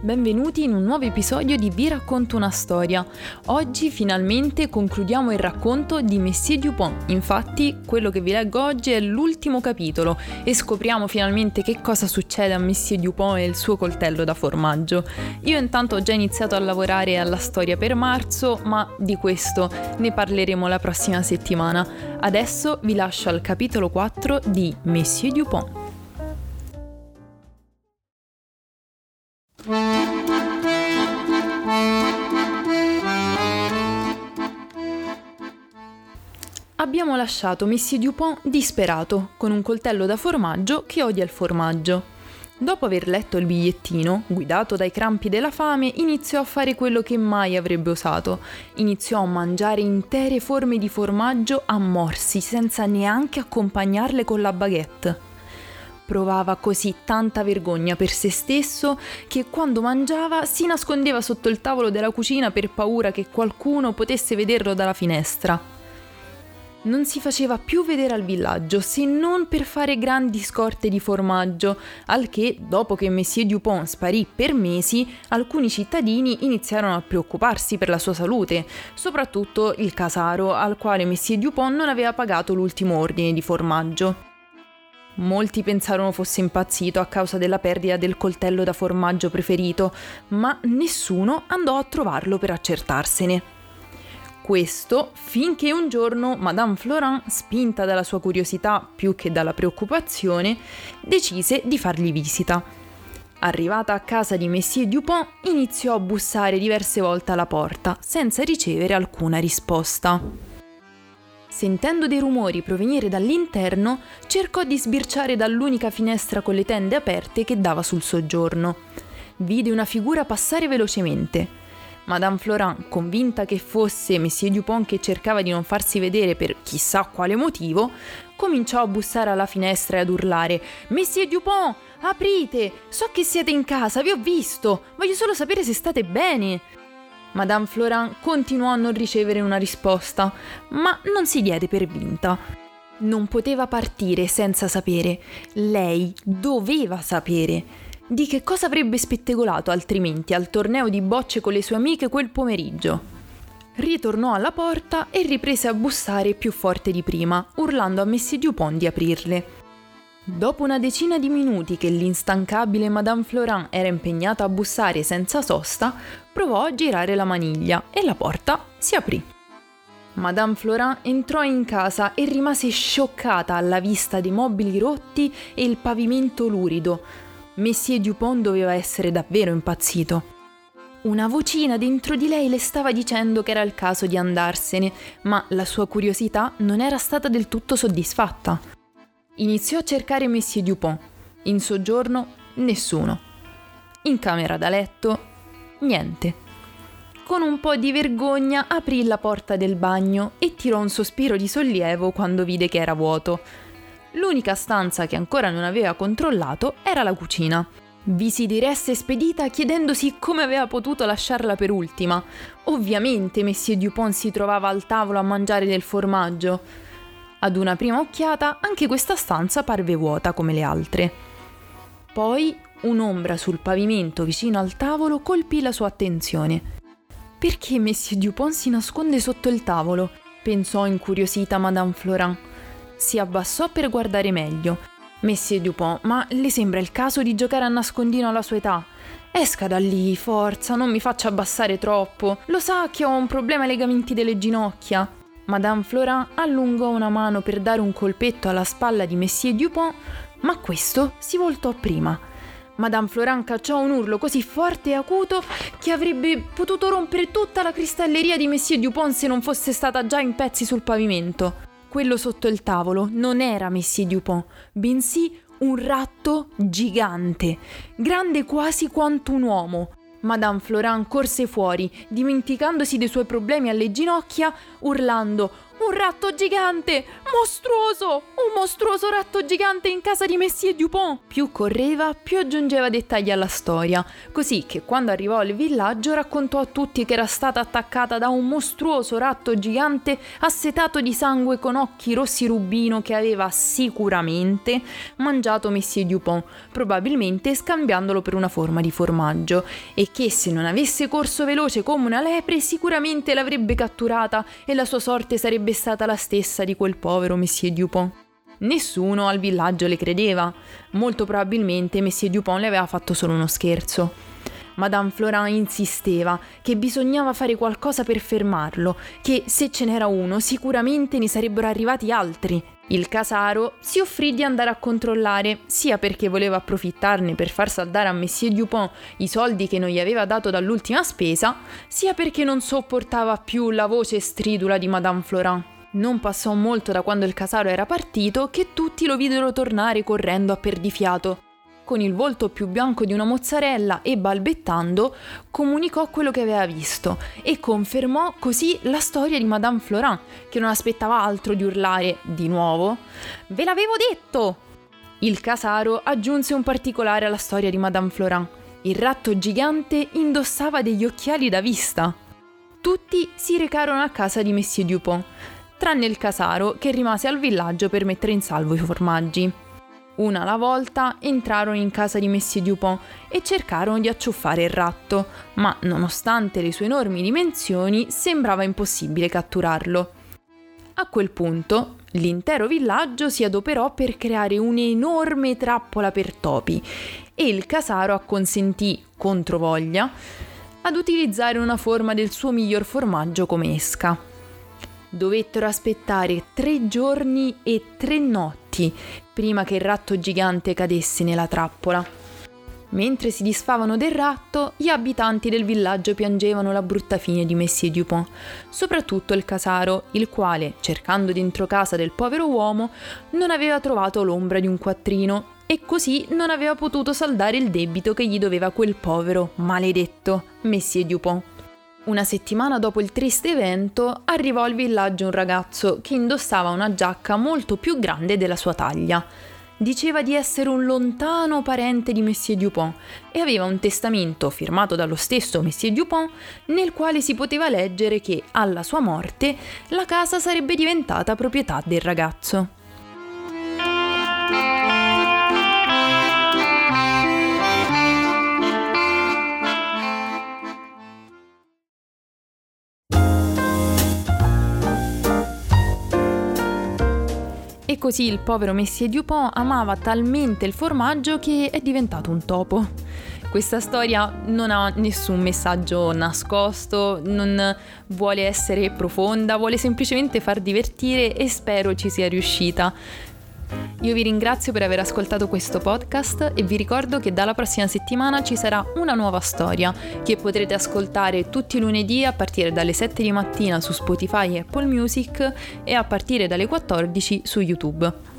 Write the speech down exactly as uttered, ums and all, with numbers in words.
benvenuti in un nuovo episodio di Vi racconto una storia. Oggi finalmente concludiamo il racconto di Monsieur Dupont, infatti quello che vi leggo oggi è l'ultimo capitolo e scopriamo finalmente che cosa succede a Monsieur Dupont e il suo coltello da formaggio. Io intanto ho già iniziato a lavorare alla storia per marzo, ma di questo ne parleremo la prossima settimana. Adesso vi lascio al capitolo quattro di Monsieur Dupont. Abbiamo lasciato Monsieur Dupont disperato, con un coltello da formaggio che odia il formaggio. Dopo aver letto il bigliettino, guidato dai crampi della fame, iniziò a fare quello che mai avrebbe osato. Iniziò a mangiare intere forme di formaggio a morsi, senza neanche accompagnarle con la baguette. Provava così tanta vergogna per se stesso che quando mangiava si nascondeva sotto il tavolo della cucina per paura che qualcuno potesse vederlo dalla finestra. Non si faceva più vedere al villaggio se non per fare grandi scorte di formaggio, al che, dopo che Monsieur Dupont sparì per mesi, alcuni cittadini iniziarono a preoccuparsi per la sua salute, soprattutto il casaro al quale Monsieur Dupont non aveva pagato l'ultimo ordine di formaggio. Molti pensarono fosse impazzito a causa della perdita del coltello da formaggio preferito, ma nessuno andò a trovarlo per accertarsene. Questo finché un giorno Madame Florent, spinta dalla sua curiosità più che dalla preoccupazione, decise di fargli visita. Arrivata a casa di Monsieur Dupont, iniziò a bussare diverse volte alla porta, senza ricevere alcuna risposta. Sentendo dei rumori provenire dall'interno, cercò di sbirciare dall'unica finestra con le tende aperte che dava sul soggiorno. Vide una figura passare velocemente. Madame Florent, convinta che fosse Monsieur Dupont che cercava di non farsi vedere per chissà quale motivo, cominciò a bussare alla finestra e ad urlare: «Monsieur Dupont, aprite! So che siete in casa, vi ho visto! Voglio solo sapere se state bene!» Madame Florent continuò a non ricevere una risposta, ma non si diede per vinta. Non poteva partire senza sapere. Lei doveva sapere. Di che cosa avrebbe spettegolato altrimenti al torneo di bocce con le sue amiche quel pomeriggio? Ritornò alla porta e riprese a bussare più forte di prima, urlando a Monsieur Dupont di aprirle. Dopo una decina di minuti che l'instancabile Madame Florent era impegnata a bussare senza sosta, provò a girare la maniglia e la porta si aprì. Madame Florent entrò in casa e rimase scioccata alla vista dei mobili rotti e il pavimento lurido. Monsieur Dupont doveva essere davvero impazzito. Una vocina dentro di lei le stava dicendo che era il caso di andarsene, ma la sua curiosità non era stata del tutto soddisfatta. Iniziò a cercare Monsieur Dupont. In soggiorno, nessuno. In camera da letto, niente. Con un po' di vergogna aprì la porta del bagno e tirò un sospiro di sollievo quando vide che era vuoto. L'unica stanza che ancora non aveva controllato era la cucina. Vi si diresse spedita chiedendosi come aveva potuto lasciarla per ultima. Ovviamente Monsieur Dupont si trovava al tavolo a mangiare del formaggio. Ad una prima occhiata anche questa stanza parve vuota come le altre. Poi un'ombra sul pavimento vicino al tavolo colpì la sua attenzione. «Perché Monsieur Dupont si nasconde sotto il tavolo?» pensò incuriosita Madame Florent. Si abbassò per guardare meglio. «Monsieur Dupont, ma le sembra il caso di giocare a nascondino alla sua età? Esca da lì, forza, non mi faccia abbassare troppo. Lo sa che ho un problema ai legamenti delle ginocchia». Madame Florent allungò una mano per dare un colpetto alla spalla di Monsieur Dupont, ma questo si voltò prima. Madame Florent cacciò un urlo così forte e acuto che avrebbe potuto rompere tutta la cristalleria di Monsieur Dupont se non fosse stata già in pezzi sul pavimento. Quello sotto il tavolo non era Monsieur Dupont, bensì un ratto gigante, grande quasi quanto un uomo. Madame Florent corse fuori, dimenticandosi dei suoi problemi alle ginocchia, urlando: Un ratto gigante! Mostruoso! Un mostruoso ratto gigante in casa di Monsieur Dupont! Più correva, più aggiungeva dettagli alla storia, così che quando arrivò al villaggio raccontò a tutti che era stata attaccata da un mostruoso ratto gigante assetato di sangue con occhi rossi rubino che aveva sicuramente mangiato Monsieur Dupont, probabilmente scambiandolo per una forma di formaggio, e che se non avesse corso veloce come una lepre sicuramente l'avrebbe catturata e la sua sorte sarebbe stata la stessa di quel povero Monsieur Dupont. Nessuno al villaggio le credeva. Molto probabilmente Monsieur Dupont le aveva fatto solo uno scherzo. Madame Florent insisteva che bisognava fare qualcosa per fermarlo, che se ce n'era uno sicuramente ne sarebbero arrivati altri. Il casaro si offrì di andare a controllare, sia perché voleva approfittarne per far saldare a Monsieur Dupont i soldi che non gli aveva dato dall'ultima spesa, sia perché non sopportava più la voce stridula di Madame Florent. Non passò molto da quando il casaro era partito che tutti lo videro tornare correndo a perdifiato. Con il volto più bianco di una mozzarella e balbettando, comunicò quello che aveva visto e confermò così la storia di Madame Florent, che non aspettava altro di urlare di nuovo: «Ve l'avevo detto!». Il casaro aggiunse un particolare alla storia di Madame Florent. Il ratto gigante indossava degli occhiali da vista. Tutti si recarono a casa di Monsieur Dupont, tranne il casaro che rimase al villaggio per mettere in salvo i formaggi. Una alla volta entrarono in casa di Monsieur Dupont e cercarono di acciuffare il ratto, ma nonostante le sue enormi dimensioni sembrava impossibile catturarlo. A quel punto l'intero villaggio si adoperò per creare un'enorme trappola per topi e il casaro acconsentì, controvoglia, ad utilizzare una forma del suo miglior formaggio come esca. Dovettero aspettare tre giorni e tre notti prima che il ratto gigante cadesse nella trappola. Mentre si disfavano del ratto, gli abitanti del villaggio piangevano la brutta fine di Monsieur Dupont, soprattutto il casaro, il quale, cercando dentro casa del povero uomo, non aveva trovato l'ombra di un quattrino e così non aveva potuto saldare il debito che gli doveva quel povero, maledetto Monsieur Dupont. Una settimana dopo il triste evento arrivò al villaggio un ragazzo che indossava una giacca molto più grande della sua taglia. Diceva di essere un lontano parente di Monsieur Dupont e aveva un testamento firmato dallo stesso Monsieur Dupont nel quale si poteva leggere che alla sua morte la casa sarebbe diventata proprietà del ragazzo. E così il povero Monsieur Dupont amava talmente il formaggio che è diventato un topo. Questa storia non ha nessun messaggio nascosto, non vuole essere profonda, vuole semplicemente far divertire e spero ci sia riuscita. Io vi ringrazio per aver ascoltato questo podcast e vi ricordo che dalla prossima settimana ci sarà una nuova storia che potrete ascoltare tutti i lunedì a partire dalle sette di mattina su Spotify e Apple Music e a partire dalle quattordici su YouTube.